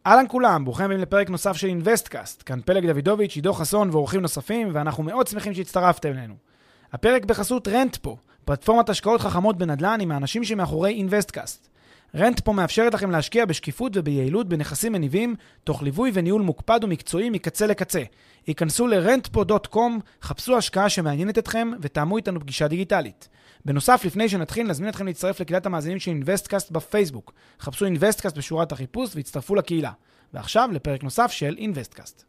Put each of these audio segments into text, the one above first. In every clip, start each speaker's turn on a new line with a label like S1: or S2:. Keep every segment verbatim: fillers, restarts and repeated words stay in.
S1: אהלן כולם, ברוכים הבאים לפרק נוסף של אינבסטקאסט. כאן פלג דוידוביץ', עידו חסון ואורחים נוספים, ואנחנו מאוד שמחים שהצטרפתם אלינו. הפרק בחסות רנטפו, פלטפורמת השקעות חכמות בנדל"ן עם האנשים שמאחורי אינבסטקאסט. רנטפו מאפשרת לכם להשקיע בשקיפות וביעילות בנכסים מניבים, תוך ליווי וניהול מוקפד ומקצועי מקצה לקצה. היכנסו ל-רנטפו דוט קום, חפשו השקעה שמעניינת אתכם ותאמו איתנו פגישה דיגיטלית. בנוסף, לפני שנתחיל, נזמין אתכם להצטרף לקהילת המאזינים של אינבסטקאסט בפייסבוק. חפשו אינבסטקאסט בשורת החיפוש והצטרפו לקהילה. ועכשיו לפרק נוסף של אינבסטקאסט.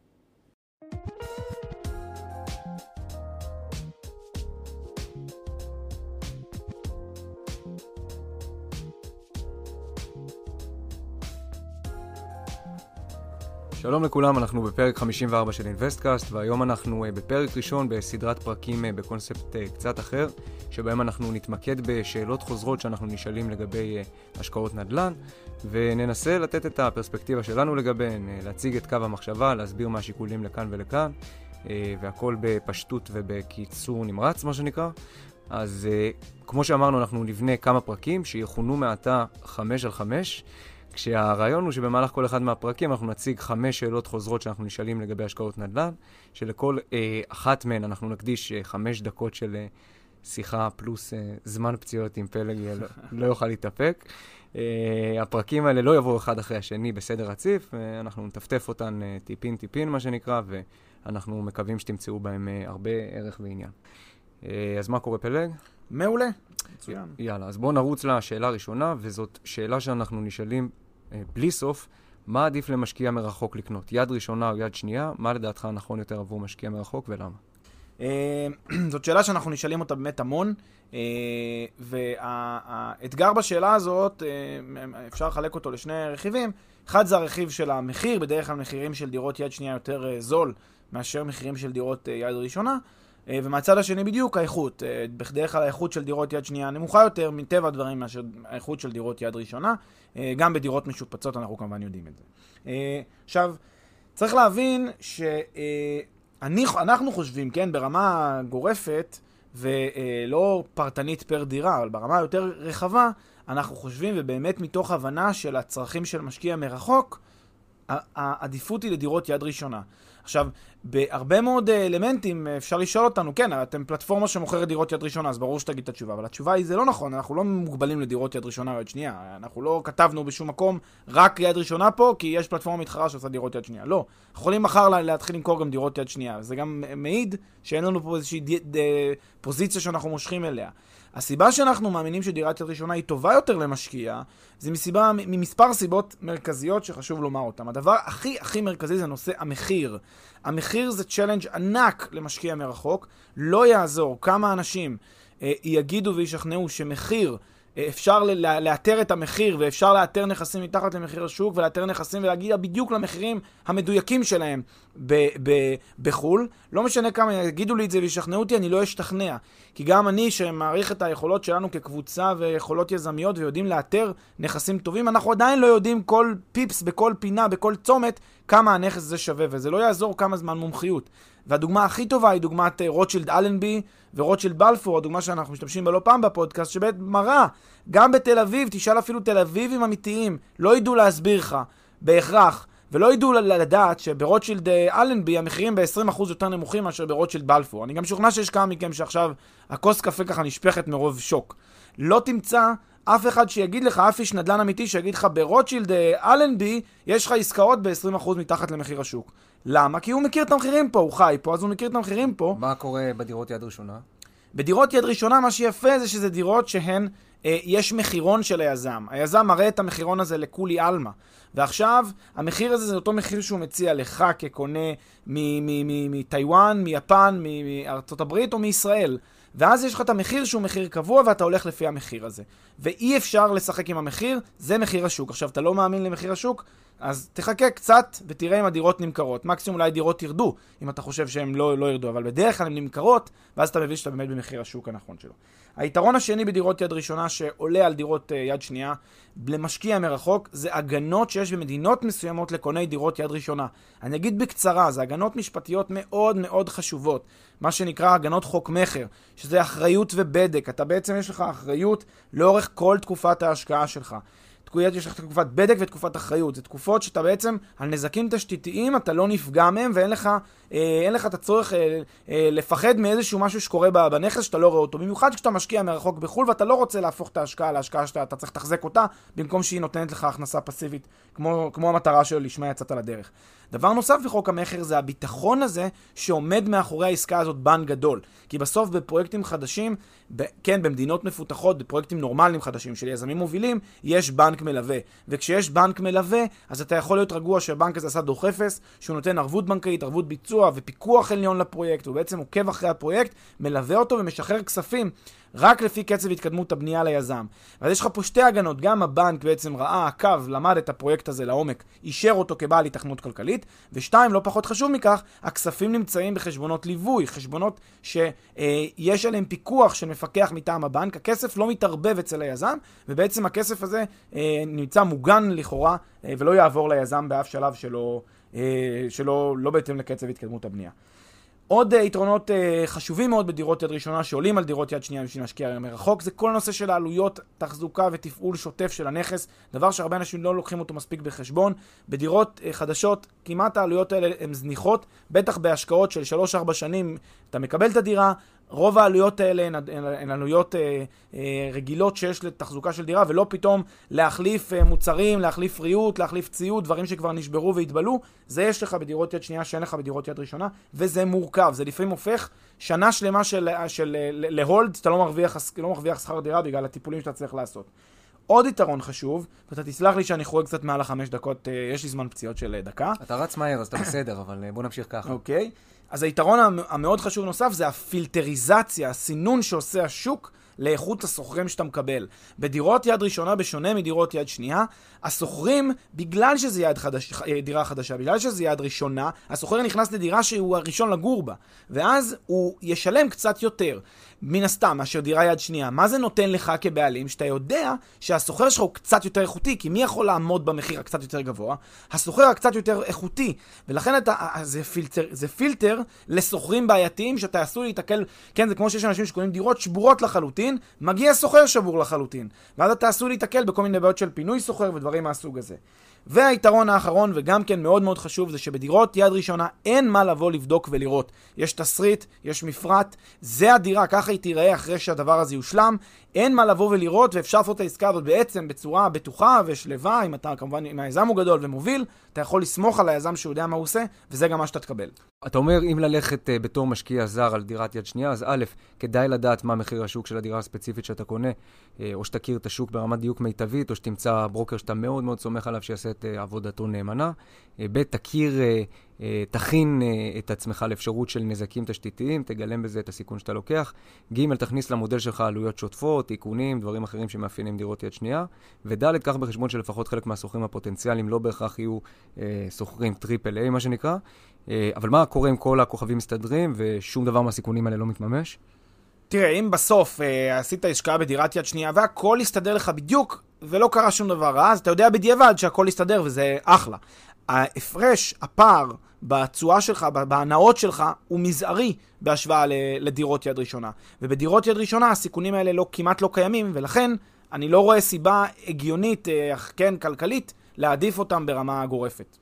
S2: שלום לכולם, אנחנו בפרק חמישים וארבע של אינבסטקאסט, והיום אנחנו בפרק ראשון בסדרת פרקים בקונספט קצת אחר, שבהם אנחנו נתמקד בשאלות חוזרות שאנחנו נשאלים לגבי השקעות נדל"ן, וננסה לתת את הפרספקטיבה שלנו לגביהן, להציג את קו המחשבה, להסביר מה השיקולים לכאן ולכאן, והכל בפשטות ובקיצור נמרץ, מה שנקרא. אז כמו שאמרנו, אנחנו נבנה כמה פרקים שיכונו מעתה חמש על חמש, כשהרעיון הוא שבמהלך כל אחד מהפרקים אנחנו נציג חמש שאלות חוזרות שאנחנו נשאלים לגבי השקעות נדל"ן, שלכל אה, אחת מהן אנחנו נקדיש אה, חמש דקות של אה, שיחה פלוס אה, זמן פציעות עם פלג לא, לא יוכל להתאפק. אה, הפרקים האלה לא יבואו אחד אחרי השני בסדר רציף, אה, אנחנו נטפטף אותן אה, טיפין טיפין מה שנקרא, ואנחנו מקווים שתמצאו בהם אה, הרבה ערך ועניין. אה, אז מה קורה פלג?
S1: מעולה. מצוין.
S2: יאללה, אז בואו נרוץ לשאלה הראשונה, וזאת שאלה שאנחנו נשאלים בלי סוף, מה עדיף למשקיע מרחוק לקנות? יד ראשונה או יד שנייה? מה לדעתך נכון יותר עבור משקיע מרחוק ולמה?
S1: זאת שאלה שאנחנו נשאלים אותה באמת המון, והאתגר בשאלה הזאת, אפשר לחלק אותו לשני רכיבים. אחד זה הרכיב של המחיר, בדרך כלל מחירים של דירות יד שנייה יותר זול מאשר מחירים של דירות יד ראשונה. ומהצד השני בדיוק האיכות. בדרך כלל האיכות של דירות יד שנייה נמוכה יותר מטבע הדברים מאשר האיכות של דירות יד ראשונה. גם בדירות משופצות אנחנו כמובן יודעים את זה. עכשיו, צריך להבין שאנחנו חושבים, כן, ברמה גורפת ולא פרטנית פר דירה, אבל ברמה יותר רחבה, אנחנו חושבים ובאמת מתוך הבנה של הצרכים של משקיע מרחוק, העדיפות היא לדירות יד ראשונה. עכשיו, בהרבה מאוד אלמנטים אפשר לשאול אותנו, כן, אתם פלטפורמה שמוכרת דירות יד ראשונה, אז ברור שתגיד את התשובה, אבל התשובה היא זה לא נכון, אנחנו לא מוגבלים לדירות יד ראשונה או יד שנייה, אנחנו לא כתבנו בשום מקום רק יד ראשונה פה, כי יש פלטפורמה מתחרה שעושה דירות יד שנייה, לא. אנחנו יכולים מחר להתחיל למכור גם דירות יד שנייה, וזה גם מעיד שאין לנו פה איזושהי ד... ד... פוזיציה שאנחנו מושכים אליה. הסיבה שאנחנו מאמינים שדירת יד ראשונה היא טובה יותר למשקיע, זה מסיבה, ממספר סיבות מרכזיות שחשוב לומר אותם. הדבר הכי הכי מרכזי זה נושא המחיר. המחיר זה צ'לנג' ענק למשקיע מרחוק. לא יעזור כמה אנשים אה, יגידו וישכנעו שמחיר, אה, אפשר לה, לאתר את המחיר ואפשר לאתר נכסים מתחת למחיר השוק ולאתר נכסים ולהגיע בדיוק למחירים המדויקים שלהם ב- ב- בחול. לא משנה כמה יגידו לי את זה וישכנעו אותי, אני לא אשתכנע. כי גם אני שמעריך את היכולות שלנו כקבוצה ויכולות יזמיות ויודעים לאתר נכסים טובים, אנחנו עדיין לא יודעים כל פיפס בכל פינה, בכל צומת, כמה הנכס זה שווה, וזה לא יעזור כמה זמן מומחיות. והדוגמה הכי טובה היא דוגמת רוטשילד אלנבי ורוטשילד בלפור, הדוגמה שאנחנו משתמשים בה לא פעם בפודקאסט, שבאמת מראה, גם בתל אביב, תשאל אפילו תל אביבים אמיתיים, לא ידעו להסביר לך, בהכרח, ולא ידעו לדעת שברוטשילד אלנבי המחירים ב-עשרים אחוז יותר נמוכים מאשר ברוטשילד בלפור. אני גם שוכנע שיש כמה מכם שעכשיו הכוס קפה ככה נשפכת מרוב שוק. לא תמצא אף אחד שיגיד לך, אף איש נדל"ן אמיתי שיגיד לך ברוטשילד אלנבי יש לך עסקאות ב-עשרים אחוז מתחת למחיר השוק. למה? כי הוא מכיר את המחירים פה, הוא חי פה, אז הוא מכיר את המחירים פה.
S2: מה קורה בדירות יד ראשונה?
S1: בדירות יד ראשונה מה שיפה זה שזה דירות שהן, אה, יש מחירון של היזם. היזם מראה את המחירון הזה לכולי אלמה. ועכשיו, המחיר הזה זה אותו מחיר שהוא מציע לך כקונה מטיואן, מיפן, מארצות הברית או מישראל. ואז יש לך את המחיר שהוא מחיר קבוע ואתה הולך לפי המחיר הזה. ואי אפשר לשחק עם המחיר, זה מחיר השוק. עכשיו, אתה לא מאמין למחיר השוק? אז תחכה קצת ותראה אם הדירות נמכרות. מקסימום אולי דירות ירדו, אם אתה חושב שהן לא, לא ירדו, אבל בדרך כלל הן נמכרות, ואז אתה מבין שאתה באמת במחיר השוק הנכון שלו. היתרון השני בדירות יד ראשונה שעולה על דירות יד שנייה, למשקיע מרחוק, זה הגנות שיש במדינות מסוימות לקוני דירות יד ראשונה. אני אגיד בקצרה, זה הגנות משפטיות מאוד מאוד חשובות, מה שנקרא הגנות חוק מחר, שזה אחריות ובדק. אתה בעצם יש לך אחריות לאורך כל תקופת ההשקעה שלך. יש לך תקופת בדק ותקופת אחריות. זה תקופות שאתה בעצם, על נזקים תשתיתיים, אתה לא נפגע מהם, ואין לך, אה, אין לך את הצורך אה, אה, לפחד מאיזשהו משהו שקורה בנכס שאתה לא רואה אותו. במיוחד כשאתה משקיע מרחוק בחול, ואתה לא רוצה להפוך את ההשקעה להשקעה שאתה אתה צריך לתחזק אותה, במקום שהיא נותנת לך הכנסה פסיבית, כמו, כמו המטרה שלו לשמה יצאת לדרך. דבר נוסף בחוק המחר זה הביטחון הזה שעומד מאחורי העסקה הזאת בנק גדול. כי בסוף בפרויקטים חדשים, ב- כן, במדינות מפותחות, בפרויקטים נורמליים חדשים של יזמים מובילים, יש בנק מלווה. וכשיש בנק מלווה, אז אתה יכול להיות רגוע שהבנק הזה עשה דוח אפס, שהוא נותן ערבות בנקאית, ערבות ביצוע ופיקוח עליון לפרויקט, הוא בעצם עוקב אחרי הפרויקט, מלווה אותו ומשחרר כספים. רק לפי קצב התקדמות הבנייה ליזם. ואז יש לך פה שתי הגנות, גם הבנק בעצם ראה, עקב, למד את הפרויקט הזה לעומק, אישר אותו כבעל התכנות כלכלית, ושתיים, לא פחות חשוב מכך, הכספים נמצאים בחשבונות ליווי, חשבונות שיש עליהם פיקוח של מפקח מטעם הבנק, הכסף לא מתערבב אצל היזם, ובעצם הכסף הזה נמצא מוגן לכאורה, ולא יעבור ליזם באף שלב שלו, שלו לא בהתאם לקצב התקדמות הבנייה. עוד יתרונות חשובים מאוד בדירות יד ראשונה שעולים על דירות יד שנייה בשביל להשקיע מרחוק, זה כל הנושא של העלויות תחזוקה ותפעול שוטף של הנכס, דבר שהרבה אנשים לא לוקחים אותו מספיק בחשבון. בדירות חדשות כמעט העלויות האלה הן זניחות, בטח בהשקעות של שלוש ארבע שנים אתה מקבל את הדירה, רוב העלויות האלה הן, הן עלויות אה, אה, רגילות שיש לתחזוקה של דירה, ולא פתאום להחליף אה, מוצרים, להחליף ריהוט, להחליף ציוד, דברים שכבר נשברו והתבלו. זה יש לך בדירות יד שנייה שאין לך בדירות יד ראשונה, וזה מורכב. זה לפעמים הופך שנה שלמה של, של להולד, אתה לא מרוויח, לא מרוויח שכר דירה בגלל הטיפולים שאתה צריך לעשות. עוד יתרון חשוב, ואתה תסלח לי שאני חורג קצת מעל החמש דקות, אה, יש לי זמן פציעות של דקה.
S2: אתה רץ מהר, אז אתה בסדר, אבל בוא נמשיך ככה.
S1: אוקיי. אז היתרון המאוד חשוב נוסף זה הפילטריזציה, הסינון שעושה השוק לאיכות הסוחרים שאתה מקבל. בדירות יד ראשונה, בשונה מדירות יד שנייה, הסוחרים, בגלל שזה יד חדש, דירה חדשה, בגלל שזה יד ראשונה, הסוחר נכנס לדירה שהוא הראשון לגור בה, ואז הוא ישלם קצת יותר. מן הסתם, מאשר דירה יד שנייה. מה זה נותן לך כבעלים? שאתה יודע שהסוחר שלך הוא קצת יותר איכותי, כי מי יכול לעמוד במחיר הקצת יותר גבוה? הסוחר הקצת יותר איכותי. ולכן אתה, זה פילטר, זה פילטר לסוחרים בעייתיים שאתה עשוי להתקל, כן, זה כמו שיש אנשים שקונים דירות שבורות לחלוטין, מגיע סוחר שבור לחלוטין. ואז אתה עשוי להתקל בכל מיני בעיות של פינוי סוחר ודברים מהסוג הזה. והיתרון האחרון, וגם כן מאוד מאוד חשוב, זה שבדירות יד ראשונה אין מה לבוא לבדוק ולראות. יש תסריט, יש מפרט, זה הדירה, ככה היא תיראה אחרי שהדבר הזה יושלם. אין מה לבוא ולראות, ואפשר לעשות את העסקה הזאת בעצם בצורה בטוחה ושלווה, אם אתה כמובן, אם היזם הוא גדול ומוביל, אתה יכול לסמוך על היזם שהוא יודע מה הוא עושה, וזה גם מה שאתה תקבל.
S2: אתה אומר, אם ללכת uh, בתור משקיע זר על דירת יד שנייה, אז א', כדאי לדעת מה מחיר השוק של הדירה הספציפית שאתה קונה, uh, או שתכיר את השוק ברמת דיוק מיטבית, או שתמצא ברוקר שאתה מאוד מאוד סומך עליו שיעשה את uh, עבודתו נאמנה. Uh, ב', תכיר, uh, uh, תכין uh, את עצמך לאפשרות של נזקים תשתיתיים, תגלם בזה את הסיכון שאתה לוקח. ג', תכניס למודל שלך עלויות שוטפות, תיקונים, דברים אחרים שמאפיינים דירות יד שנייה. וד', קח בחשבון שלפחות חלק מהסוחרים הפוטנציאליים לא בהכרח יהיו uh, סוחרים טריפל איי, מה שנקרא. אבל מה קורה אם כל הכוכבים מסתדרים ושום דבר מהסיכונים האלה לא מתממש?
S1: תראה, אם בסוף אה, עשית השקעה בדירת יד שנייה והכל יסתדר לך בדיוק ולא קרה שום דבר רע, אז אתה יודע בדיעבד שהכל יסתדר וזה אחלה. ההפרש, הפער בתשואה שלך, בהנאות שלך, הוא מזערי בהשוואה לדירות יד ראשונה. ובדירות יד ראשונה הסיכונים האלה לא, כמעט לא קיימים, ולכן אני לא רואה סיבה הגיונית, אה, כן, כלכלית, להעדיף אותם ברמה גורפת.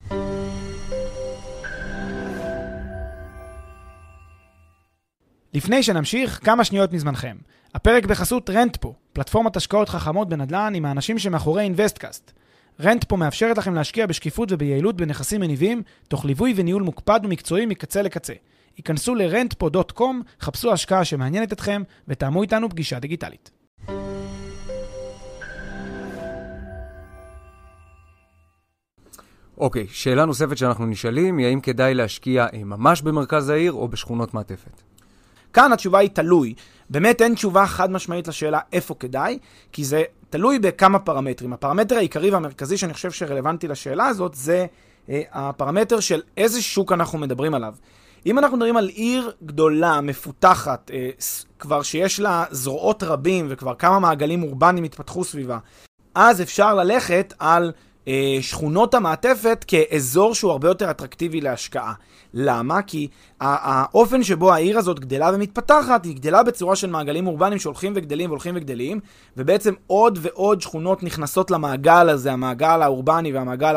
S1: לפני שנמשיך, כמה שניות מזמנכם. הפרק בחסות רנטפו, פלטפורמת השקעות חכמות בנדל"ן עם האנשים שמאחורי אינבסטקאסט. רנטפו מאפשרת לכם להשקיע בשקיפות וביעילות בנכסים מניבים, תוך ליווי וניהול מוקפד ומקצועי מקצה לקצה. היכנסו ל-רנטפו דוט קום, חפשו השקעה שמעניינת אתכם ותאמו איתנו פגישה דיגיטלית.
S2: אוקיי, שאלה נוספת שאנחנו נשאלים היא האם כדאי להשקיע ממש במרכז העיר או בשכונות מעטפת?
S1: כאן התשובה היא תלוי. באמת אין תשובה חד משמעית לשאלה איפה כדאי, כי זה תלוי בכמה פרמטרים. הפרמטר העיקרי והמרכזי שאני חושב שרלוונטי לשאלה הזאת זה אה, הפרמטר של איזה שוק אנחנו מדברים עליו. אם אנחנו מדברים על עיר גדולה, מפותחת, אה, כבר שיש לה זרועות רבים וכבר כמה מעגלים אורבניים התפתחו סביבה, אז אפשר ללכת על שכונות המעטפת כאזור שהוא הרבה יותר אטרקטיבי להשקעה. למה? כי האופן שבו העיר הזאת גדלה ומתפתחת, היא גדלה בצורה של מעגלים אורבניים שהולכים וגדלים והולכים וגדלים, ובעצם עוד ועוד שכונות נכנסות למעגל הזה, המעגל האורבני והמעגל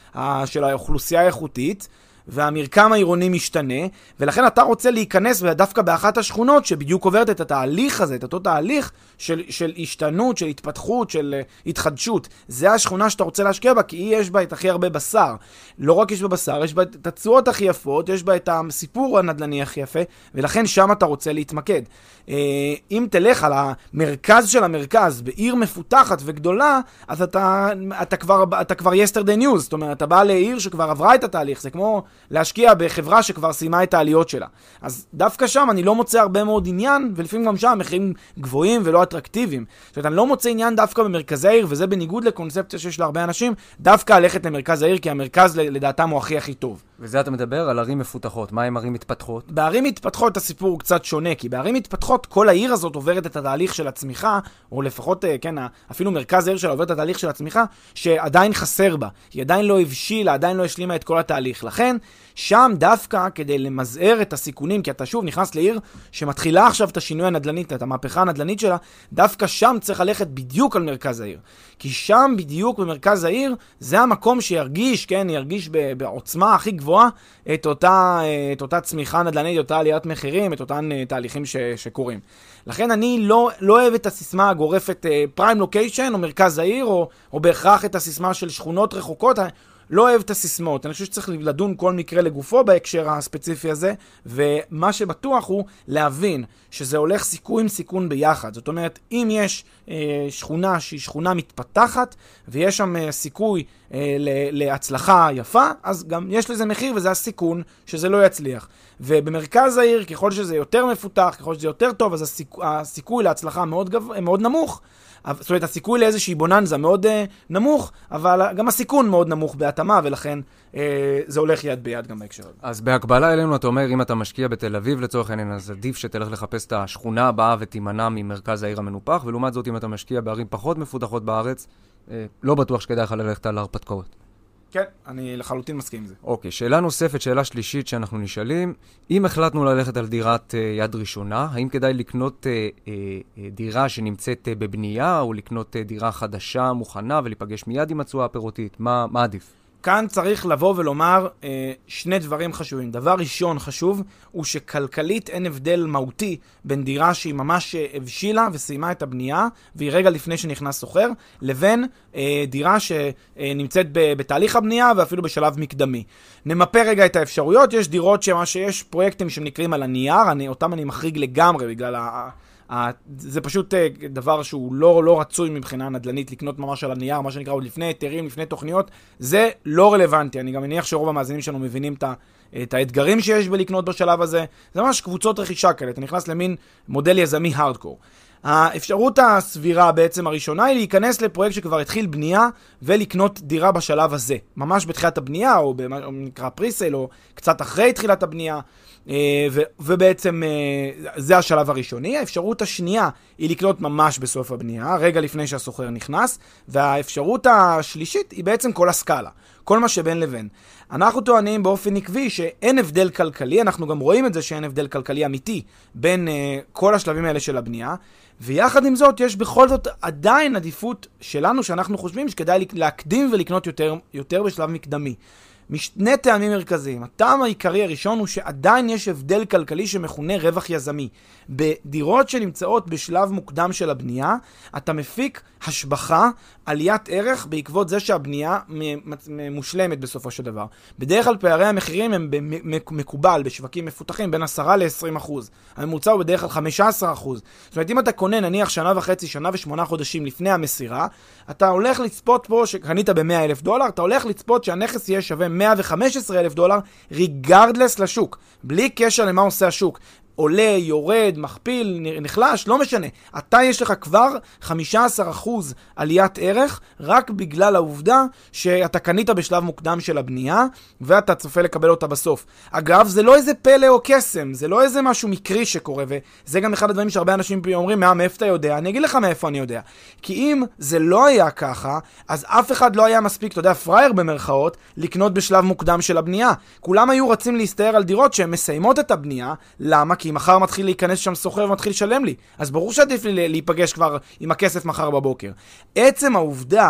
S1: של האוכלוסייה האיכותית, והמרקם העירוני משתנה, ולכן אתה רוצה להיכנס דווקא באחת השכונות שבדיוק עוברת את התהליך הזה, את אותו תהליך של, של השתנות, של התפתחות, של uh, התחדשות. זה השכונה שאתה רוצה להשקיע בה, כי היא יש בה את הכי הרבה בשר. לא רק יש בה בשר, יש בה את התשואות הכי יפות, יש בה את הסיפור הנדל"ני הכי יפה, ולכן שם אתה רוצה להתמקד. Uh, אם תלך על המרכז של המרכז, בעיר מפותחת וגדולה, אז אתה, אתה, כבר, אתה כבר yesterday news, זאת אומרת, אתה בא לעיר שכבר עברה את התהליך, זה כמו להשקיע בחברה שכבר סיימה את העליות שלה. אז דווקא שם אני לא מוצא הרבה מאוד עניין, ולפעמים גם שם מחירים גבוהים ולא אטרקטיביים. זאת אומרת, אני לא מוצא עניין דווקא במרכזי העיר, וזה בניגוד לקונספציה שיש להרבה אנשים, דווקא ללכת למרכז העיר, כי המרכז לדעתם הוא הכי הכי טוב.
S2: וזה אתה מדבר על ערים מפותחות. מה עם ערים מתפתחות?
S1: בערים מתפתחות הסיפור הוא קצת שונה, כי בערים מתפתחות כל העיר הזאת עוברת את התהליך של הצמיחה, או לפחות, כן, אפילו מרכז העיר שלה עוברת את התהליך של הצמיחה, שעדיין חסר בה. היא עדיין לא הבשילה, עדיין לא השלימה את כל התהליך. לכן, שם דווקא כדי למזער את הסיכונים, כי אתה שוב נכנס לעיר שמתחילה עכשיו את השינוי הנדלנית, את המהפכה הנדלנית שלה, דווקא שם צריך ללכת בדיוק על מרכז העיר. כי שם בדיוק במרכז העיר, זה המקום שירגיש, כן, ירגיש בעוצמה הכי גבוהה את אותה, את אותה צמיחה נדלנית, את אותה עליית מחירים, את אותן תהליכים ש, שקורים. לכן אני לא, לא אוהב את הסיסמה הגורפת פריים לוקיישן או מרכז העיר, או, או בהכרח את הסיסמה של שכונות רחוקות. לא אוהב את הסיסמאות, אני חושב שצריך לדון כל מקרה לגופו בהקשר הספציפי הזה, ומה שבטוח הוא להבין שזה הולך סיכוי עם סיכון ביחד. זאת אומרת, אם יש אה, שכונה שהיא שכונה מתפתחת, ויש שם אה, סיכוי אה, להצלחה יפה, אז גם יש לזה מחיר, וזה הסיכון שזה לא יצליח. ובמרכז העיר, ככל שזה יותר מפותח, ככל שזה יותר טוב, אז הסיכ... הסיכוי להצלחה מאוד, גב... מאוד נמוך, זאת אומרת, הסיכוי לאיזושהי בוננזה מאוד אה, נמוך, אבל גם הסיכון מאוד נמוך בהתאמה, ולכן אה, זה הולך יד ביד גם בהקשר הזה.
S2: אז בהקבלה אלינו, אתה אומר, אם אתה משקיע בתל אביב לצורך העניין, אז עדיף שתלך לחפש את השכונה הבאה ותימנע ממרכז העיר המנופח, ולעומת זאת, אם אתה משקיע בערים פחות מפותחות בארץ, אה, לא בטוח שכדאי לך ללכת על הרפתקאות.
S1: כן, אני לחלוטין מסכים עם זה.
S2: אוקיי, שאלה נוספת, שאלה שלישית שאנחנו נשאלים, אם החלטנו ללכת על דירת uh, יד ראשונה, האם כדאי לקנות uh, uh, uh, דירה שנמצאת uh, בבנייה, או לקנות uh, דירה חדשה, מוכנה, ולהיפגש מיד עם התשואה הפירותית? מה, מה עדיף?
S1: כאן צריך לבוא ולומר אה, שני דברים חשובים. דבר ראשון חשוב הוא שכלכלית אין הבדל מהותי בין דירה שהיא ממש הבשילה וסיימה את הבנייה, והיא רגע לפני שנכנס סוחר, לבין אה, דירה שנמצאת ב- בתהליך הבנייה ואפילו בשלב מקדמי. נמפה רגע את האפשרויות. יש דירות שמה שיש פרויקטים שנקראים על הנייר, אני, אותם אני מחריג לגמרי בגלל ה... זה פשוט דבר שהוא לא, לא רצוי מבחינה נדלנית לקנות ממש על הנייר, מה שנקרא עוד לפני היתרים, לפני תוכניות, זה לא רלוונטי. אני גם מניח שרוב המאזינים שלנו מבינים את, את האתגרים שיש בלקנות בשלב הזה. זה ממש קבוצות רכישה כאלה, אתה נכנס למין מודל יזמי הארדקור. האפשרות הסבירה בעצם הראשונה היא להיכנס לפרויקט שכבר התחיל בנייה ולקנות דירה בשלב הזה. ממש בתחילת הבנייה, או נקרא פריסייל, או קצת אחרי תחילת הבנייה. ו- ובעצם זה השלב הראשוני. האפשרות השנייה היא לקנות ממש בסוף הבנייה, רגע לפני שהסוחר נכנס, והאפשרות השלישית היא בעצם כל הסקאלה, כל מה שבין לבין. אנחנו טוענים באופן עקבי שאין הבדל כלכלי, אנחנו גם רואים את זה שאין הבדל כלכלי אמיתי בין uh, כל השלבים האלה של הבנייה, ויחד עם זאת יש בכל זאת עדיין עדיפות שלנו שאנחנו חושבים שכדאי להקדים ולקנות יותר, יותר בשלב מקדמי. משני טעמים מרכזיים. הטעם העיקרי הראשון הוא שעדיין יש הבדל כלכלי שמכונה רווח יזמי. בדירות שנמצאות בשלב מוקדם של הבנייה, אתה מפיק השבחה, עליית ערך, בעקבות זה שהבנייה מושלמת בסופו של דבר. בדרך כלל פערי המחירים הם מקובל בשווקים מפותחים בין עשרה ל-עשרים אחוז. הממוצע הוא בדרך כלל חמישה עשר אחוז. זאת אומרת, אם אתה קונה נניח שנה וחצי, שנה ושמונה חודשים לפני המסירה, אתה הולך לצפות פה, שקנית ב-מאה אלף דולר, אתה הולך לצפות שהנכס יהיה שווה מאה וחמש עשרה אלף דולר, ריגרדלס לשוק, בלי קשר למה עושה השוק. עולה, יורד, מכפיל, נחלש, לא משנה. אתה יש לך כבר חמישה עשר אחוז עליית ערך, רק בגלל העובדה שאתה קנית בשלב מוקדם של הבנייה, ואתה צופה לקבל אותה בסוף. אגב, זה לא איזה פלא או קסם, זה לא איזה משהו מקרי שקורה, וזה גם אחד הדברים שהרבה אנשים אומרים, מה, מאיפה אתה יודע? אני אגיד לך מאיפה אני יודע. כי אם זה לא היה ככה, אז אף אחד לא היה מספיק, אתה יודע, פרייר במרכאות, לקנות בשלב מוקדם של הבנייה. כולם היו רצים להסתער על דירות שהן מסיימות את הבנייה. למה? כי מחר מתחיל להיכנס שם סוחר ומתחיל לשלם לי. אז ברור שעדיף לי להיפגש כבר עם הכסף מחר בבוקר. עצם העובדה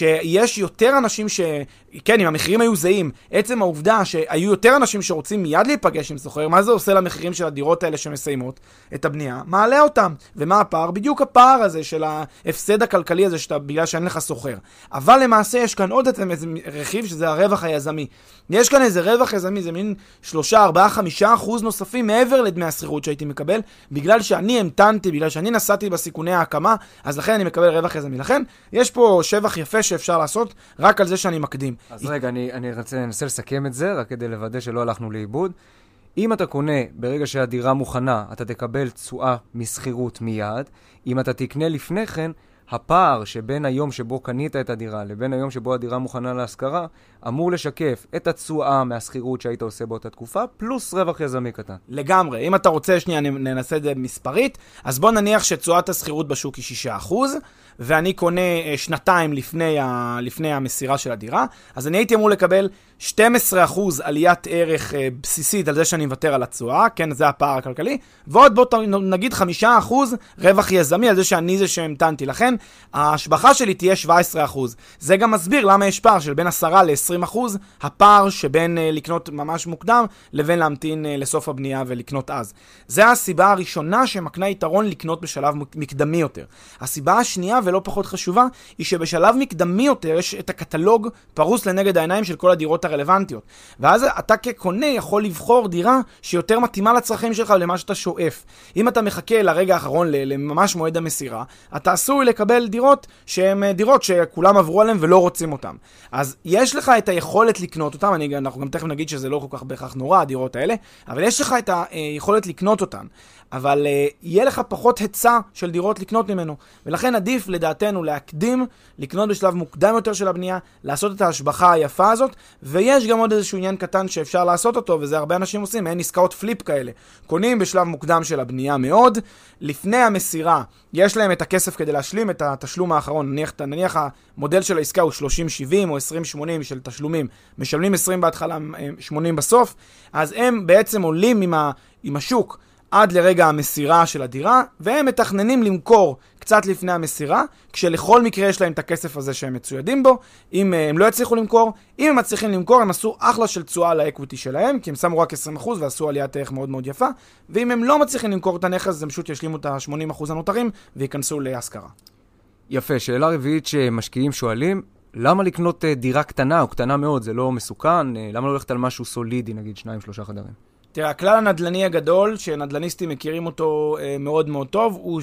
S1: שיש יותר אנשים ש... כן, אם המחירים היו זהים, עצם העובדה שהיו יותר אנשים שרוצים מיד להיפגש עם סוחר, מה זה עושה למחירים של הדירות האלה שמסיימות את הבנייה? מעלה אותם. ומה הפער? בדיוק הפער הזה של ההפסד הכלכלי הזה שאתה, בגלל שאין לך סוחר. אבל למעשה יש כאן עוד איזה רכיב שזה הרווח היזמי. יש כאן איזה רווח יזמי, זה מין שלושה, ארבעה, חמישה אחוז נוספים מעבר לדמי השכירות שהייתי מקבל, בגלל שאני המתנתי, בגלל שאני נסעתי בסיכוני ההקמה, אז לכן אני מקבל רווח יזמי. לכן יש פה שבח יפה שאפשר לעשות רק על זה שאני מקדים.
S2: אז רגע, אני, אני רוצה, ננסה לסכם את זה, רק כדי לוודא שלא הלכנו לאיבוד. אם אתה קונה ברגע שהדירה מוכנה, אתה תקבל תשואה מסחירות מיד. אם אתה תקנה לפני כן, הפער שבין היום שבו קנית את הדירה לבין היום שבו הדירה מוכנה להשכרה, אמור לשקף את התשואה מהסחירות שהיית עושה באותה תקופה, פלוס רווח יזמי קטן.
S1: לגמרי. אם אתה רוצה, שנייה, ננסה את זה מספרית, אז בוא נניח שתשואת הסחירות בשוק היא שישה אחוז, ואני קונה שנתיים לפני, ה... לפני המסירה של הדירה, אז אני הייתי אמור לקבל שנים עשר אחוז עליית ערך בסיסית על זה שאני מוותר על התשואה, כן, זה הפער הכלכלי, ועוד בוא נגיד חמישה אחוז רווח יזמי על זה שאני זה שהמתנתי. לכן, ההשבחה שלי תהיה שבעה עשר אחוז. זה גם מסביר למה יש פער של בין עשרה ל-עשרים אחוז, הפער שבין uh, לקנות ממש מוקדם לבין להמתין uh, לסוף הבנייה ולקנות אז. זה הסיבה הראשונה שמקנה יתרון לקנות בשלב מקדמי יותר. הסיבה השנייה ולא פחות חשובה היא שבשלב מקדמי יותר יש את הקטלוג פרוס לנגד העיניים של כל הדירות הרלוונטיות. ואז אתה כקונה יכול לבחור דירה שיותר מתאימה לצרכים שלך ולמה שאתה שואף. אם אתה מחכה לרגע האחרון לממש מועד המסירה, אתה עשוי לקבל דירות שהן דירות שכולם עברו עליהן ולא רוצים אותן. אז יש לך את היכולת לקנות אותן, אני, אנחנו גם תכף נגיד שזה לא כל כך בהכרח נורא הדירות האלה, אבל יש לך את היכולת לקנות אותן. אבל uh, יהיה לך פחות היצע של דירות לקנות ממנו. ולכן עדיף לדעתנו להקדים, לקנות בשלב מוקדם יותר של הבנייה, לעשות את ההשבחה היפה הזאת, ויש גם עוד איזשהו עניין קטן שאפשר לעשות אותו, וזה הרבה אנשים עושים, אין עסקאות פליפ כאלה. קונים בשלב מוקדם של הבנייה מאוד, לפני המסירה יש להם את הכסף כדי להשלים את התשלום האחרון, נניח, נניח המודל של העסקה הוא שלושים שבעים או עשרים שמונים של תשלומים, משלמים עשרים בהתחלה, שמונים בסוף, אז הם בעצם עולים עם, ה, עם השוק, עד לרגע המסירה של הדירה, והם מתכננים למכור קצת לפני המסירה, כשלכל מקרה יש להם את הכסף הזה שהם מצוידים בו. אם הם לא יצליחו למכור, אם הם מצליחים למכור, הם עשו אחלה של תשואה לאקוויטי שלהם, כי הם שמו רק עשרים אחוז ועשו עליית ערך מאוד מאוד יפה, ואם הם לא מצליחים למכור את הנכס, הם פשוט ישלימו את ה-שמונים אחוז הנותרים, וייכנסו להשכרה.
S2: יפה, שאלה רביעית שמשקיעים שואלים, למה לקנות דירה קטנה או קטנה מאוד? זה לא מסוכן? למה לא ללכת על משהו סולידי, נגיד שניים, שלושה חדרים?
S1: תראה, הכלל הנדל"ני הגדול, שנדל"ניסטים מכירים אותו אה, מאוד מאוד טוב, הוא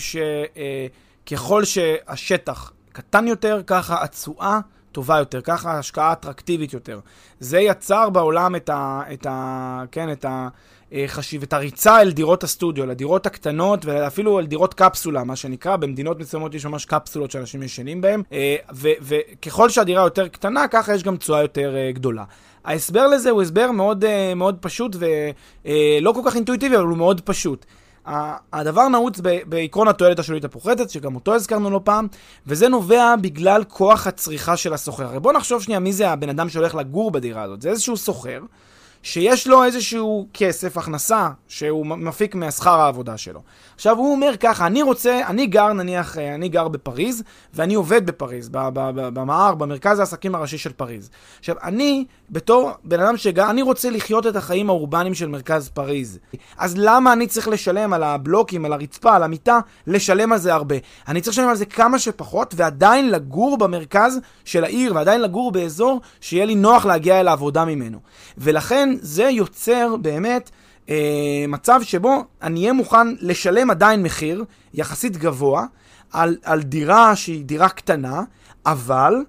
S1: שככל אה, שהשטח קטן יותר, ככה התשואה טובה יותר, ככה ההשקעה אטרקטיבית יותר. זה יצר בעולם את ה... את ה כן, את ה... חשיב, את הריצה אל דירות הסטודיו, לדירות הקטנות ואפילו אל דירות קפסולה, מה שנקרא, במדינות מסוימות יש ממש קפסולות שאנשים ישנים בהם, וככל שהדירה יותר קטנה, ככה יש גם תשואה יותר גדולה. ההסבר לזה הוא הסבר מאוד, מאוד פשוט ולא כל כך אינטואיטיבי, אבל הוא מאוד פשוט. הדבר נעוץ בעקרון התועלת השולית הפוחתת, שגם אותו הזכרנו לא פעם, וזה נובע בגלל כוח הצריכה של הסוחר. הרי בוא נחשוב שנייה מי זה הבן אדם שהולך לגור בדירה הזאת. זה איזשהו סוחר, שיש לו איזשהו כסף, הכנסה, שהוא מפיק מהשכר העבודה שלו. עכשיו הוא אומר ככה, אני רוצה, אני גר נניח, אני גר בפריז, ואני עובד בפריז, במער, במרכז העסקים הראשי של פריז. עכשיו אני, בתור בן אדם שגר, אני רוצה לחיות את החיים האורבניים של מרכז פריז. אז למה אני צריך לשלם על הבלוקים, על הרצפה, על המיטה, לשלם על זה הרבה? אני צריך לשלם על זה כמה שפחות, ועדיין לגור במרכז של העיר, ועדיין לגור באזור שיהיה לי נוח להגיע אל העבודה ממנו. ולכן זה יוצר באמת אה, מצב שבו אני אהיה מוכן לשלם עדיין מחיר יחסית גבוה על, על דירה שהיא דירה קטנה, אבל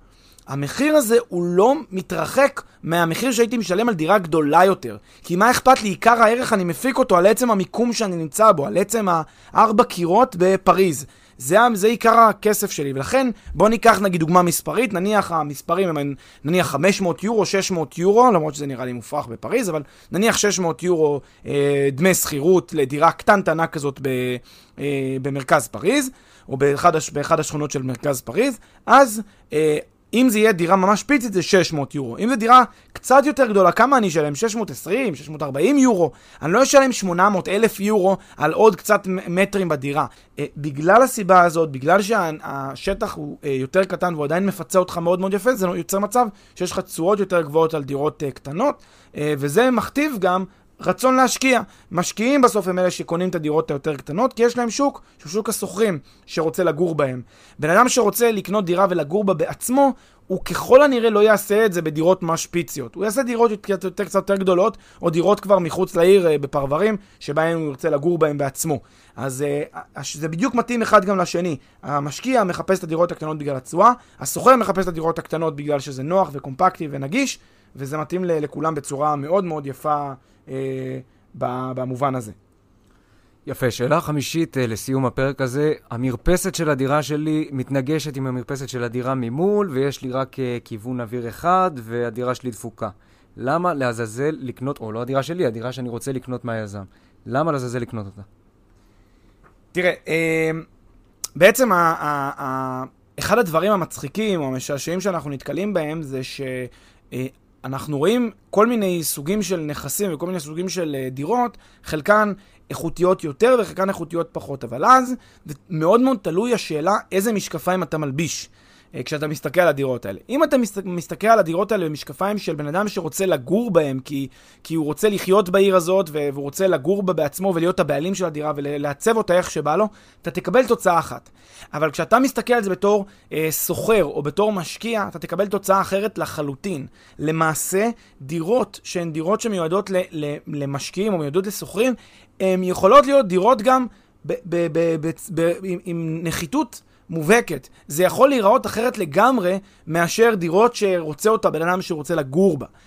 S1: המחיר הזה הוא לא מתרחק מהמחיר שהייתי משלם על דירה גדולה יותר. כי מה אכפת לי? עיקר הערך אני מפיק אותו על עצם המיקום שאני נמצא בו, על עצם הארבע קירות בפריז. זה, זה עיקר הכסף שלי, ולכן בוא ניקח נגיד דוגמה מספרית, נניח המספרים הם נניח חמש מאות יורו, שש מאות יורו, למרות שזה נראה לי מופרך בפריז, אבל נניח שש מאות יורו אה, דמי שכירות לדירה קטנטנה כזאת ב, אה, במרכז פריז, או באחד, הש, באחד השכונות של מרכז פריז, אז אה, אם זה יהיה דירה ממש פיצית זה שש מאות יורו. אם זה דירה קצת יותר גדולה, כמה אני אשלם? שש מאות עשרים, שש מאות ארבעים יורו. אני לא אשלם שמונה מאות אלף יורו על עוד קצת מטרים בדירה. אה, בגלל הסיבה הזאת, בגלל שהשטח הוא אה, יותר קטן והוא עדיין מפצה אותך מאוד מאוד יפה, זה יוצר מצב שיש לך תשואות יותר גבוהות על דירות אה, קטנות, אה, וזה מכתיב גם רצון להשקיע. משקיעים בסוף הם אלה שקונים את הדירות היותר קטנות, כי יש להם שוק, שהוא שוק הסוחרים שרוצה לגור בהם. בן אדם שרוצה לקנות דירה ולגור בה בעצמו, הוא ככל הנראה לא יעשה את זה בדירות משפיציות. הוא יעשה דירות יותר, יותר, קצת יותר גדולות, או דירות כבר מחוץ לעיר בפרברים, שבהם הוא ירצה לגור בהם בעצמו. אז זה בדיוק מתאים אחד גם לשני. המשקיע מחפש את הדירות הקטנות בגלל התשואה, הסוחר מחפש את הדירות הקטנות בגלל שזה נוח וקומפקטי ונגיש, וזה מתאים לכולם בצורה מאוד מאוד יפה אה, במובן הזה.
S2: יפה, שאלה חמישית לסיום הפרק הזה. המרפסת של הדירה שלי מתנגשת עם המרפסת של הדירה ממול, ויש לי רק כיוון אוויר אחד, והדירה שלי דפוקה. למה לעזאזל לקנות, או לא הדירה שלי, הדירה שאני רוצה לקנות מהיזם. למה לעזאזל לקנות אותה?
S1: תראה, אה, בעצם ה- ה- ה- אחד הדברים המצחיקים או המשעשעים שאנחנו נתקלים בהם זה ש... אה, אנחנו רואים כל מיני סוגים של נכסים וכל מיני סוגים של דירות, חלקן איכותיות יותר וחלקן איכותיות פחות, אבל אז זה מאוד מאוד תלוי השאלה איזה משקפיים אתה מלביש כשאתה מסתכל על הדירות האלה. אם אתה מסתכל על הדירות האלה במשקפיים של בן אדם שרוצה לגור בהם, כי, כי הוא רוצה לחיות בעיר הזאת והוא רוצה לגור בה בעצמו ולהיות הבעלים של הדירה ולעצב אותה איך שבא לו, אתה תקבל תוצאה אחת. אבל כשאתה מסתכל על זה בתור אה, סוחר או בתור משקיע, אתה תקבל תוצאה אחרת לחלוטין. למעשה, דירות שהן דירות שמיועדות ל, ל, למשקיעים או מיועדות לסוחרים, הן יכולות להיות דירות גם ב, ב, ב, ב, ב, עם, עם נחיתות מובהקת. זה יכול להיראות אחרת לגמרי מאשר דירות שרוצה אותה בן אדם שרוצה לגור בה.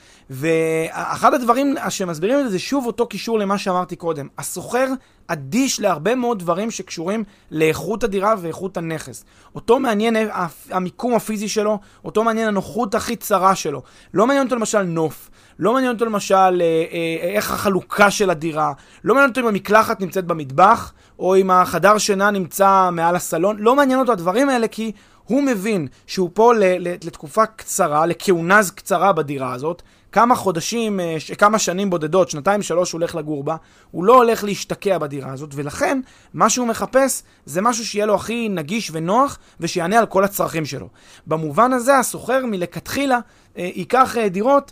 S1: ואחד הדברים שמסבירים את זה, זה שוב אותו קישור למה שאמרתי קודם. הסוחר אדיש להרבה מאוד דברים שקשורים לאיכות הדירה ואיכות הנכס. אותו מעניין המיקום הפיזי שלו, אותו מעניין הנוחות הכי צרה שלו. לא מעניין אותו למשל נוף, לא מעניין אותו למשל איך החלוקה של הדירה, לא מעניין אותו אם המקלחת נמצאת במטבח, או אם החדר שינה נמצא מעל הסלון. לא מעניין אותו הדברים האלה, כי הוא מבין שהוא פה לתקופה קצרה, לכהונה קצרה בדירה הזאת, כמה חודשים, כמה שנים בודדות, שנתיים, שלוש, הוא הולך לגור בה, הוא לא הולך להשתקע בדירה הזאת, ולכן מה שהוא מחפש זה משהו שיהיה לו הכי נגיש ונוח, ושיענה על כל הצרכים שלו. במובן הזה, הסוחר מלכתחילה ייקח דירות,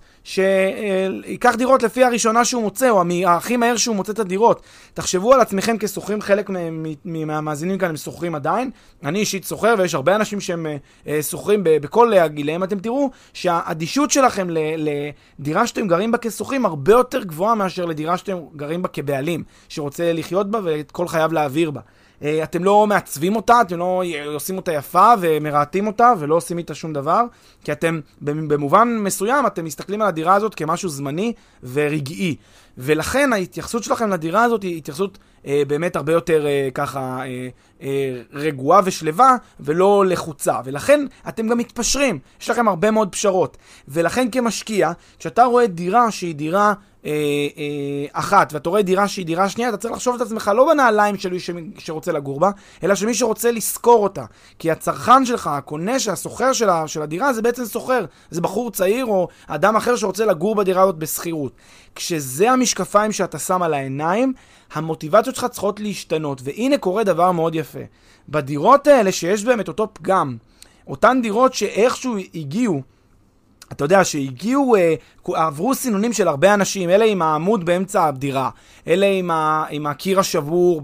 S1: ייקח דירות לפי הראשונה שהוא מוצא, או הכי מהר שהוא מוצא את הדירות. תחשבו על עצמכם כסוחרים, חלק מהמאזינים כאן הם סוחרים עדיין, אני אישית סוחר, ויש הרבה אנשים שהם סוחרים בכל הגילאים, אתם תראו שהאדישות שלכם לדירה שאתם גרים בה כסוחרים הרבה יותר גבוהה מאשר לדירה שאתם גרים בה כבעלים, שרוצה לחיות בה ואת כל חייו להעביר בה. אתם לא מעצבים אותה, אתם לא עושים אותה יפה ומרעתים אותה ולא עושים איתה שום דבר, כי אתם במובן מסוים אתם מסתכלים על הדירה הזאת כמשהו זמני ורגעי, ולכן ההתייחסות שלכם לדירה הזאת היא התייחסות אה, באמת הרבה יותר אה, ככה אה, אה, רגועה ושלווה ולא לחוצה, ולכן אתם גם מתפשרים, יש לכם הרבה מאוד פשרות, ולכן כמשקיע, כשאתה רואה דירה שהיא דירה אה, אה, אחת, ואתה רואה דירה שהיא דירה שנייה, אתה צריך לחשוב את עצמך לא בנעליים של מי שרוצה לגור בה, אלא שמי שרוצה לזכור אותה, כי הצרכן שלך, הקונה, הסוחר של, של הדירה, זה בעצם סוחר, זה בחור צעיר או אדם אחר שרוצה לגור בדירה הזאת בסחירות. כשזה המשקפיים שאתה שם על העיניים, המוטיבציות שלך צריכות להשתנות, והנה קורה דבר מאוד יפה. בדירות האלה שיש בהם את אותו פגם, אותן דירות שאיכשהו הגיעו, אתה יודע שהגיעו, עברו סינונים של הרבה אנשים, אלה עם העמוד באמצע הדירה, אלה עם, ה, עם הקיר השבור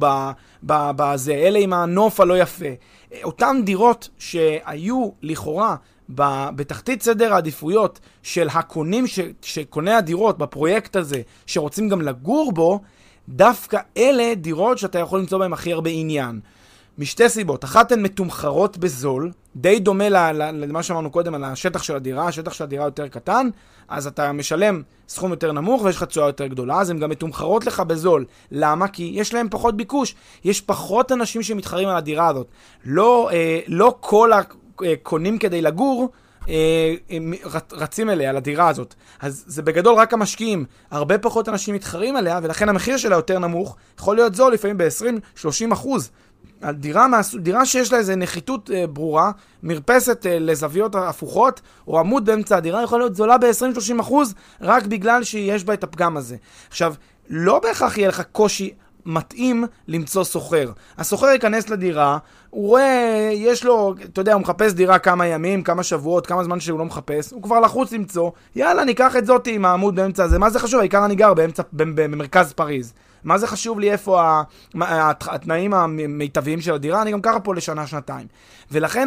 S1: בזה, אלה עם הנוף הלא יפה. אותן דירות שהיו לכאורה בתחתית סדר העדיפויות של הקונים, ש, שקוני הדירות בפרויקט הזה, שרוצים גם לגור בו, דווקא אלה דירות שאתה יכול למצוא בהם הכי הרבה עניין. משתי סיבות. אחת, הן מתומחרות בזול, די דומה למה שאמרנו קודם על השטח של הדירה, השטח של הדירה יותר קטן, אז אתה משלם סכום יותר נמוך ויש לך תשואה יותר גדולה, אז הן גם מתומחרות לך בזול. למה? כי יש להם פחות ביקוש. יש פחות אנשים שמתחרים על הדירה הזאת. לא, אה, לא כל הקונים כדי לגור, רצים אליה, על הדירה הזאת. אז זה בגדול רק המשקיעים. הרבה פחות אנשים מתחרים עליה, ולכן המחיר שלה יותר נמוך, יכול להיות זול לפעמים ב-עשרים שלושים אחוז. דירה, דירה שיש לה איזו נחיתות אה, ברורה, מרפסת אה, לזוויות הפוכות, או עמוד באמצע הדירה, יכול להיות זולה ב-עשרים שלושים אחוז, רק בגלל שיש בה את הפגם הזה. עכשיו, לא בהכרח יהיה לך קושי מתאים למצוא סוחר. הסוחר ייכנס לדירה, הוא רואה, יש לו, אתה יודע, הוא מחפש דירה כמה ימים, כמה שבועות, כמה זמן שהוא לא מחפש, הוא כבר לחוץ למצוא, יאללה, ניקח את זאת עם העמוד באמצע הזה. מה זה חשוב? העיקר אני גר באמצע, במרכז פריז. מה זה חשוב לי איפה התנאים המיטביים של הדירה? אני גם ככה פה לשנה, שנתיים. ולכן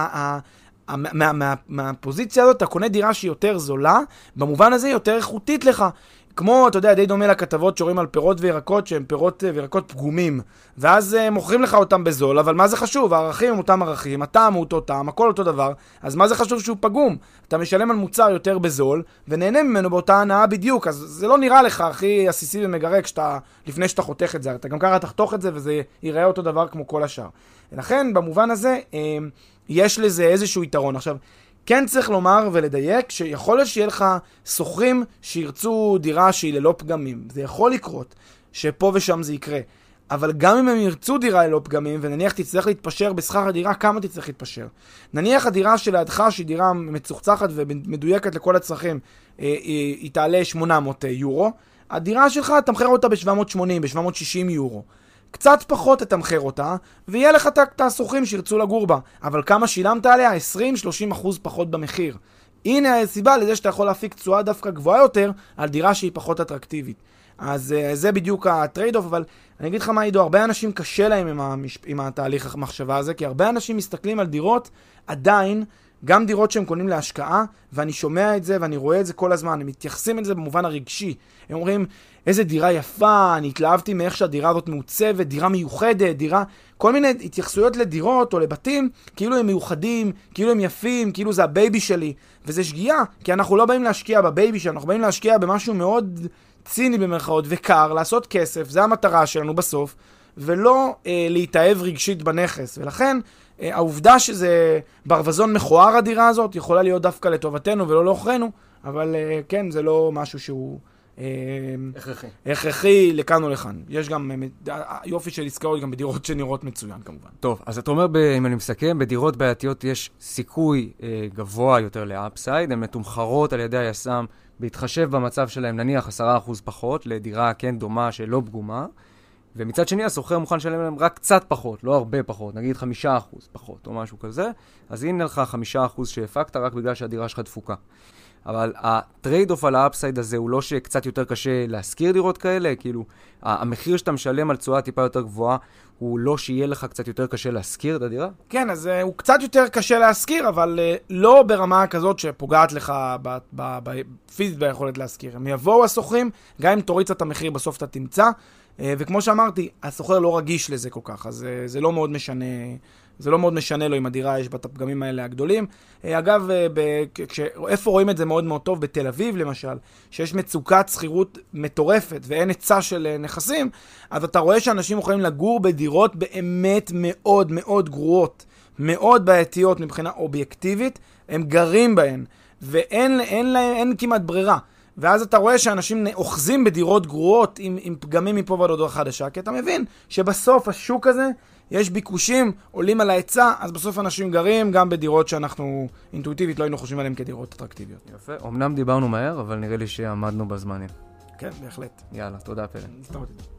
S1: מהפוזיציה הזאת, אתה קונה דירה שהיא יותר זולה, במובן הזה היא יותר איכותית לך. כמו, אתה יודע, די דומה לכתבות שרואים על פירות וירקות, שהם פירות וירקות פגומים, ואז uh, מוכרים לך אותם בזול, אבל מה זה חשוב? הערכים הם אותם ערכים, הטעם הוא אותו טעם, הכל אותו דבר, אז מה זה חשוב שהוא פגום? אתה משלם על מוצר יותר בזול, ונהנה ממנו באותה הנאה בדיוק, אז זה לא נראה לך הכי עסיסי ומגרק שאתה, לפני שאתה חותך את זה, אתה גם ככה תחתוך את זה, וזה ייראה אותו דבר כמו כל השאר. לכן, במובן הזה, uh, יש לזה איזשהו יתרון. עכשיו, כן צריך לומר ולדייק שיכול להיות שיהיה לך סוחרים שירצו דירה שהיא ללא פגמים. זה יכול לקרות שפה ושם זה יקרה. אבל גם אם הם ירצו דירה ללא פגמים, ונניח תצטרך להתפשר בשכר הדירה, כמה תצטרך להתפשר? נניח הדירה שלידך, שהיא דירה מצוחצחת ומדויקת לכל הצרכים, היא תעלה שמונה מאות יורו. הדירה שלך תמחר אותה ב-שבע מאות שמונים, ב-שבע מאות שישים יורו. קצת פחות תתמחר אותה, ויהיה לך את הסוחרים שירצו לגור בה. אבל כמה שילמת עליה? עשרים שלושים אחוז פחות במחיר. הנה הסיבה לזה שאתה יכול להפיק תשואה דווקא גבוהה יותר על דירה שהיא פחות אטרקטיבית. אז זה בדיוק הטרייד-אוף, אבל אני אגיד לך מה, עידו, הרבה אנשים קשה להם עם, המש... עם התהליך המחשבה הזה, כי הרבה אנשים מסתכלים על דירות, עדיין, גם דירות שהם קונים להשקעה, ואני שומע את זה ואני רואה את זה כל הזמן, הם מתייחסים את זה במובן הרגשי. הם אומרים, איזה דירה יפה, אני התלהבתי מאיך שהדירה הזאת מעוצבת, דירה מיוחדת, דירה, כל מיני התייחסויות לדירות או לבתים, כאילו הם מיוחדים, כאילו הם יפים, כאילו זה הבייבי שלי, וזה שגיאה, כי אנחנו לא באים להשקיע בבייבי שלנו, אנחנו באים להשקיע במשהו מאוד ציני במרכאות וקר, לעשות כסף, זה המטרה שלנו בסוף, ולא אה, להתאהב רגשית בנכס, ולכן אה, העובדה שזה ברווזון מכוער הדירה הזאת, יכולה להיות דווקא לטובתנו ולא לאוכרנו, אבל אה, כן, זה לא משהו שהוא
S2: הכרחי.
S1: הכרחי לכאן או לכאן. יש גם יופי של עסקאות גם בדירות שנראות מצוין כמובן.
S2: טוב, אז אתה אומר, אם אני מסכם, בדירות בעייתיות יש סיכוי אה, גבוה יותר לאפסייד, הן מתומחרות על ידי היסם, בהתחשב במצב שלהם, נניח עשרה אחוז פחות, לדירה כן דומה שלא פגומה, ומצד שני הסוחר מוכן לשלם להם רק קצת פחות, לא הרבה פחות, נגיד חמישה אחוז פחות או משהו כזה, אז הנה לך חמישה אחוז שהפקת רק בגלל שהדירה שלך דפוקה. אבל הטרייד-אוף על האפסייד הזה הוא לא שקצת יותר קשה להשכיר דירות כאלה, כאילו המחיר שאתה משלם על תשואה טיפה יותר גבוהה, הוא לא שיהיה לך קצת יותר קשה להשכיר את הדירה?
S1: כן, אז uh, הוא קצת יותר קשה להשכיר, אבל uh, לא ברמה כזאת שפוגעת לך פיזית ביכולת להשכיר. הם יבואו הסוחרים, גם אם תוריץ את המחיר בסוף אתה תמצא, uh, וכמו שאמרתי, הסוחר לא רגיש לזה כל כך, אז uh, זה לא מאוד משנה... זה לא מאוד משנה לו אם הדירה יש בת הפגמים האלה הגדולים. אגב, איפה רואים את זה מאוד מאוד טוב? בתל אביב למשל, שיש מצוקת שכירות מטורפת ואין היצע של נכסים, אז אתה רואה שאנשים יכולים לגור בדירות באמת מאוד מאוד גרועות, מאוד בעייתיות מבחינה אובייקטיבית, הם גרים בהן, ואין אין להם, אין כמעט ברירה. ואז אתה רואה שאנשים אוחזים בדירות גרועות עם, עם פגמים מפה ועד הודעה חדשה, כי אתה מבין שבסוף השוק הזה יש ביקושים, עולים על ההיצע, אז בסוף אנשים גרים גם בדירות שאנחנו אינטואיטיבית לא היינו חושבים עליהן כדירות אטרקטיביות.
S2: יפה, אמנם דיברנו מהר, אבל נראה לי שעמדנו בזמנים.
S1: כן, בהחלט.
S2: יאללה, תודה פלא.
S1: הסתמתי.